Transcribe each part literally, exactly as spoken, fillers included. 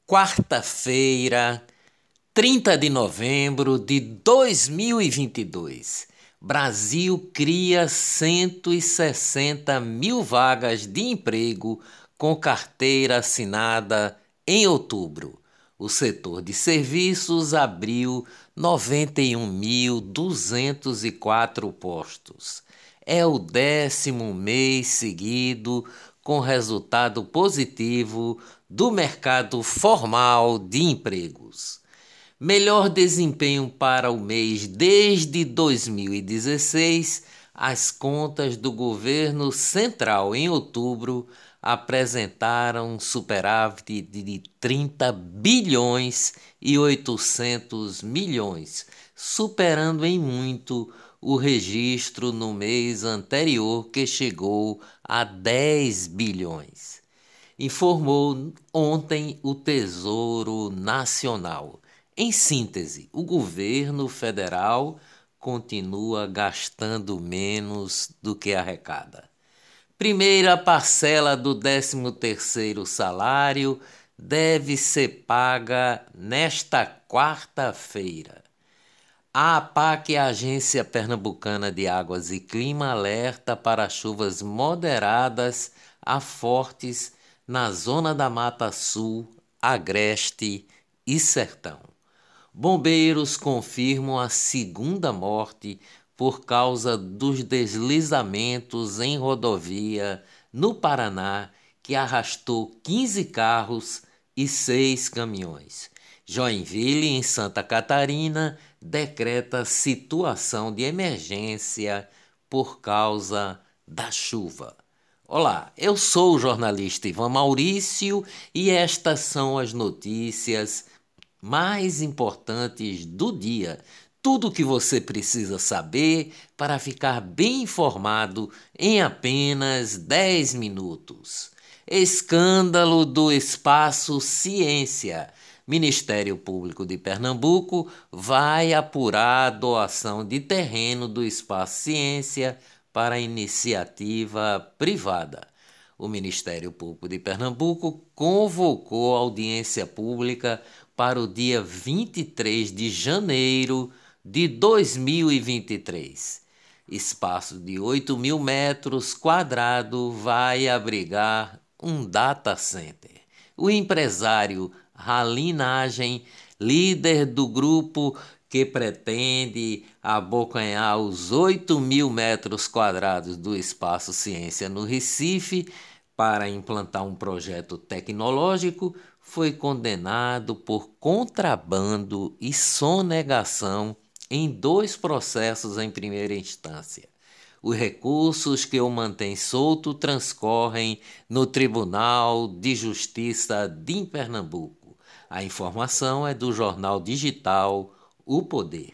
Quarta-feira, trinta de novembro de dois mil e vinte e dois. Brasil cria cento e sessenta mil vagas de emprego com carteira assinada em outubro. O setor de serviços abriu noventa e um mil duzentos e quatro postos. É o décimo mês seguido com resultado positivo do mercado formal de empregos. Melhor desempenho para o mês desde dois mil e dezesseis, as contas do governo central em outubro apresentaram um superávit de trinta bilhões e oitocentos milhões, superando em muito o registro no mês anterior, que chegou a dez bilhões. Informou ontem o Tesouro Nacional. Em síntese, o governo federal continua gastando menos do que arrecada. Primeira parcela do décimo terceiro salário deve ser paga nesta quarta-feira. A APAC, a Agência Pernambucana de Águas e Clima, alerta para chuvas moderadas a fortes na zona da Mata Sul, Agreste e Sertão. Bombeiros confirmam a segunda morte por causa dos deslizamentos em rodovia no Paraná, que arrastou quinze carros e seis caminhões. Joinville, em Santa Catarina, decreta situação de emergência por causa da chuva. Olá, eu sou o jornalista Ivan Maurício e estas são as notícias mais importantes do dia. Tudo o que você precisa saber para ficar bem informado em apenas dez minutos. Escândalo do Espaço Ciência. Ministério Público de Pernambuco vai apurar a doação de terreno do Espaço Ciência para iniciativa privada. O Ministério Público de Pernambuco convocou audiência pública para o dia vinte e três de janeiro de dois mil e vinte e três. Espaço de oito mil metros quadrados vai abrigar um data center. O empresário Ralinagem, líder do grupo que pretende abocanhar os oito mil metros quadrados do Espaço Ciência no Recife para implantar um projeto tecnológico, foi condenado por contrabando e sonegação em dois processos em primeira instância. Os recursos que o mantêm solto transcorrem no Tribunal de Justiça de Pernambuco. A informação é do jornal digital O Poder.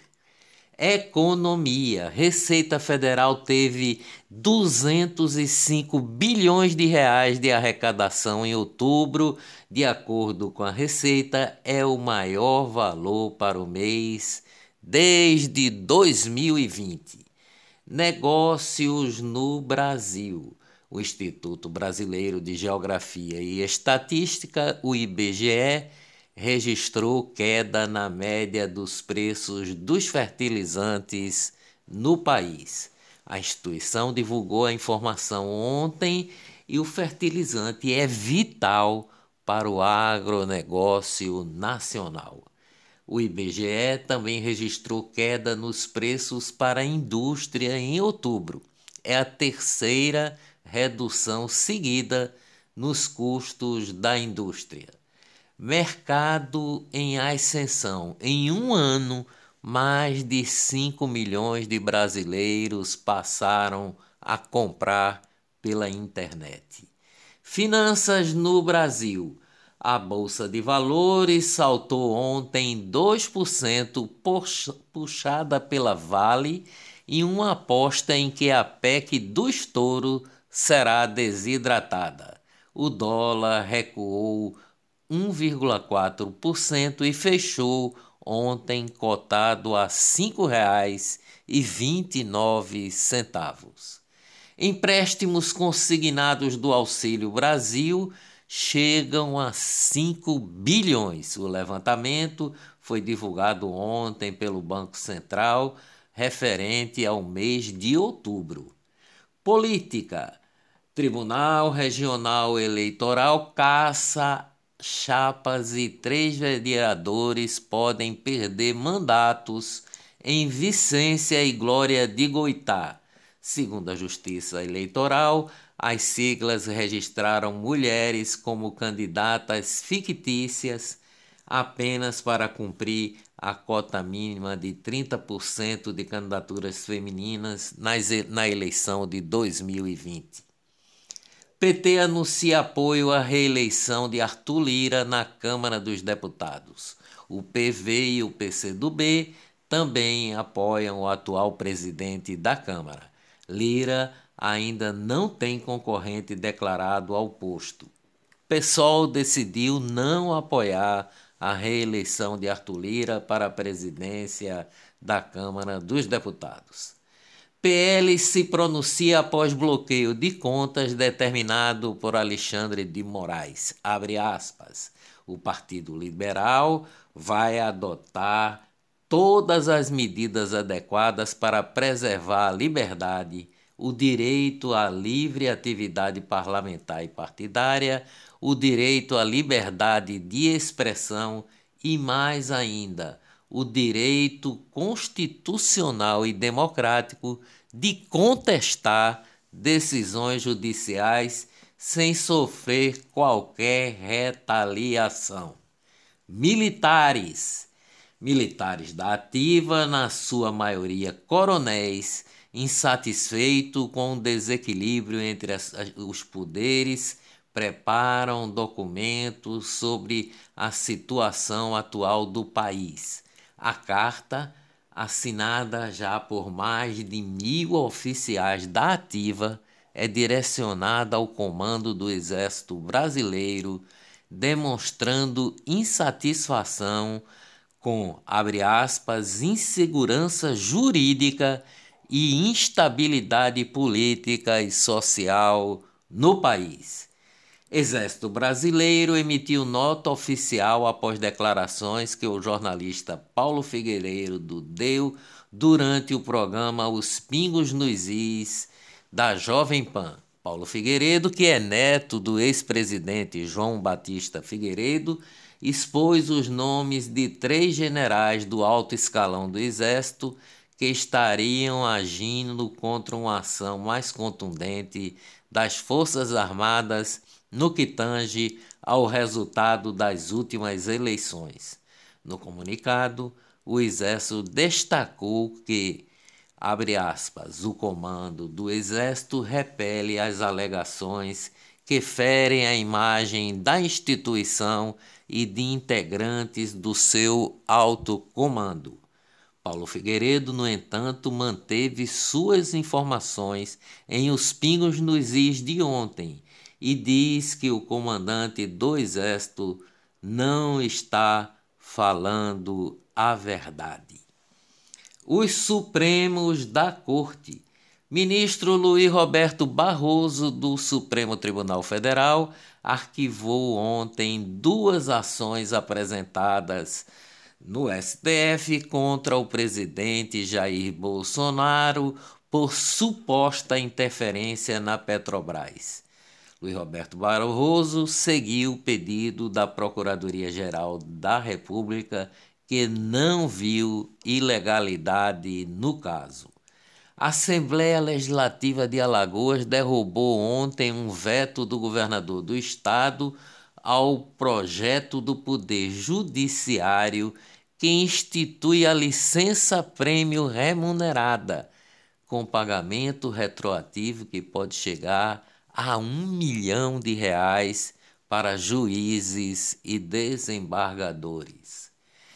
Economia. Receita Federal teve duzentos e cinco bilhões de reais de arrecadação em outubro. De acordo com a Receita, é o maior valor para o mês desde dois mil e vinte. Negócios no Brasil. O Instituto Brasileiro de Geografia e Estatística, o I B G E, registrou queda na média dos preços dos fertilizantes no país. A instituição divulgou a informação ontem e o fertilizante é vital para o agronegócio nacional. O I B G E também registrou queda nos preços para a indústria em outubro. É a terceira redução seguida nos custos da indústria. Mercado em ascensão. Em um ano, mais de cinco milhões de brasileiros passaram a comprar pela internet. Finanças no Brasil. A Bolsa de Valores saltou ontem dois por cento, puxada pela Vale, em uma aposta em que a P E C do estouro será desidratada. O dólar recuou um vírgula quatro por cento e fechou ontem cotado a cinco reais e vinte e nove centavos. Empréstimos consignados do Auxílio Brasil chegam a cinco bilhões. O levantamento foi divulgado ontem pelo Banco Central, referente ao mês de outubro. Política. Tribunal Regional Eleitoral caça chapas e três vereadores podem perder mandatos em Vicência e Glória de Goitá. Segundo a Justiça Eleitoral, as siglas registraram mulheres como candidatas fictícias apenas para cumprir a cota mínima de trinta por cento de candidaturas femininas nas, na eleição de dois mil e vinte. P T anuncia apoio à reeleição de Arthur Lira na Câmara dos Deputados. O P V e o P C do B também apoiam o atual presidente da Câmara. Lira ainda não tem concorrente declarado ao posto. PSOL decidiu não apoiar a reeleição de Arthur Lira para a presidência da Câmara dos Deputados. P L se pronuncia após bloqueio de contas determinado por Alexandre de Moraes. Abre aspas. O Partido Liberal vai adotar todas as medidas adequadas para preservar a liberdade, o direito à livre atividade parlamentar e partidária, o direito à liberdade de expressão e, mais ainda, o direito constitucional e democrático de contestar decisões judiciais sem sofrer qualquer retaliação. Militares. Militares da ativa, na sua maioria coronéis, insatisfeito com o desequilíbrio entre as, os poderes, preparam documentos sobre a situação atual do país. A carta, assinada já por mais de mil oficiais da ativa, é direcionada ao comando do Exército Brasileiro, demonstrando insatisfação com, abre aspas, insegurança jurídica e instabilidade política e social no país. Exército Brasileiro emitiu nota oficial após declarações que o jornalista Paulo Figueiredo deu durante o programa Os Pingos nos Is da Jovem Pan. Paulo Figueiredo, que é neto do ex-presidente João Batista Figueiredo, expôs os nomes de três generais do alto escalão do Exército que estariam agindo contra uma ação mais contundente das Forças Armadas no que tange ao resultado das últimas eleições. No comunicado, o Exército destacou que, abre aspas, o comando do Exército repele as alegações que ferem a imagem da instituição e de integrantes do seu alto comando. Paulo Figueiredo, no entanto, manteve suas informações em Os Pingos nos Is de ontem e diz que o comandante do Exército não está falando a verdade. Os Supremos da Corte. Ministro Luiz Roberto Barroso, do Supremo Tribunal Federal, arquivou ontem duas ações apresentadas no S T F contra o presidente Jair Bolsonaro por suposta interferência na Petrobras. Luiz Roberto Barroso seguiu o pedido da Procuradoria-Geral da República, que não viu ilegalidade no caso. A Assembleia Legislativa de Alagoas derrubou ontem um veto do governador do estado ao projeto do Poder Judiciário que institui a licença-prêmio remunerada, com pagamento retroativo que pode chegar a um milhão de reais para juízes e desembargadores.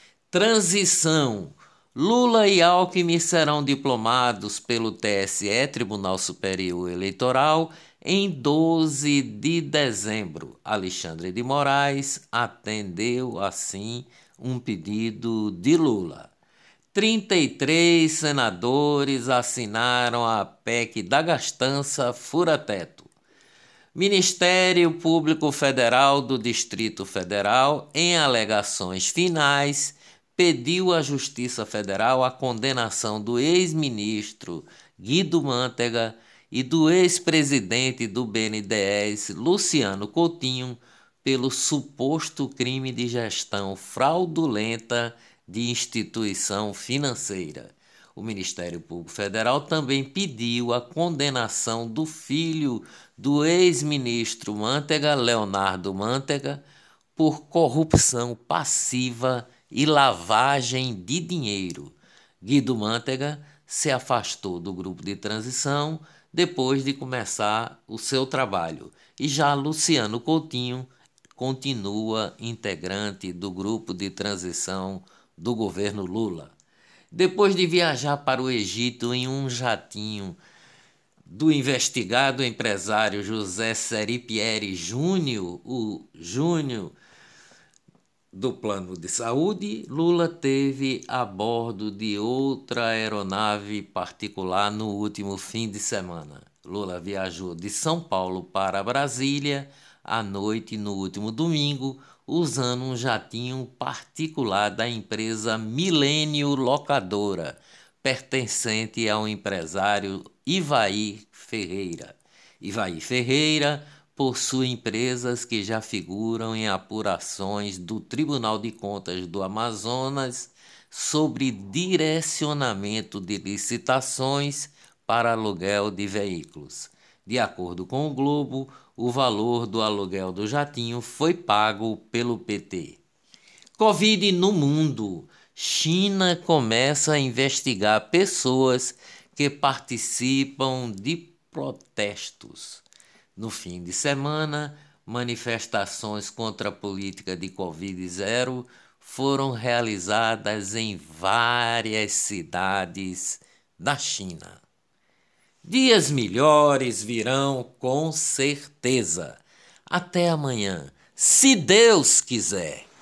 Transição. Lula e Alckmin serão diplomados pelo T S E, Tribunal Superior Eleitoral, em doze de dezembro. Alexandre de Moraes atendeu, assim, um pedido de Lula. trinta e três senadores assinaram a P E C da gastança fura-teto. Ministério Público Federal do Distrito Federal, em alegações finais, pediu à Justiça Federal a condenação do ex-ministro Guido Mantega e do ex-presidente do B N D E S, Luciano Coutinho, pelo suposto crime de gestão fraudulenta de instituição financeira. O Ministério Público Federal também pediu a condenação do filho do ex-ministro Mantega, Leonardo Mantega, por corrupção passiva e lavagem de dinheiro. Guido Mantega se afastou do grupo de transição depois de começar o seu trabalho, e já Luciano Coutinho continua integrante do grupo de transição do governo Lula. Depois de viajar para o Egito em um jatinho do investigado empresário José Seripieri Júnior, o Júnior do Plano de Saúde, Lula teve a bordo de outra aeronave particular no último fim de semana. Lula viajou de São Paulo para Brasília à noite no último domingo, usando um jatinho particular da empresa Milênio Locadora, pertencente ao empresário Ivaí Ferreira. Ivaí Ferreira possui empresas que já figuram em apurações do Tribunal de Contas do Amazonas sobre direcionamento de licitações para aluguel de veículos. De acordo com o Globo, o valor do aluguel do jatinho foi pago pelo P T. Covid no mundo. China começa a investigar pessoas que participam de protestos. No fim de semana, manifestações contra a política de Covid zero foram realizadas em várias cidades da China. Dias melhores virão com certeza. Até amanhã, se Deus quiser.